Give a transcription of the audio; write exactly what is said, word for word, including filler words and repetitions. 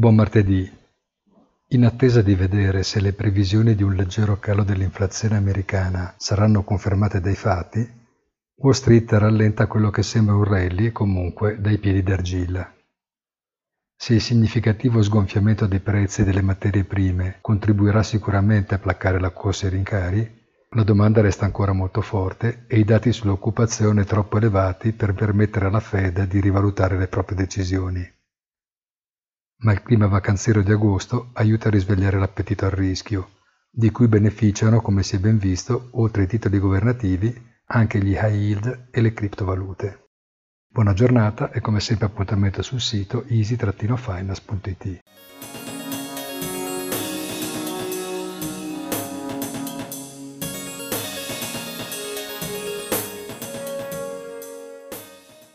Buon martedì. In attesa di vedere se le previsioni di un leggero calo dell'inflazione americana saranno confermate dai fatti, Wall Street rallenta quello che sembra un rally comunque dai piedi d'argilla. Se il significativo sgonfiamento dei prezzi delle materie prime contribuirà sicuramente a placare la corsa ai rincari, la domanda resta ancora molto forte e i dati sull'occupazione troppo elevati per permettere alla Fed di rivalutare le proprie decisioni. Ma il clima vacanziero di agosto aiuta a risvegliare l'appetito al rischio, di cui beneficiano, come si è ben visto, oltre ai titoli governativi, anche gli high yield e le criptovalute. Buona giornata e come sempre appuntamento sul sito easy-finance punto it.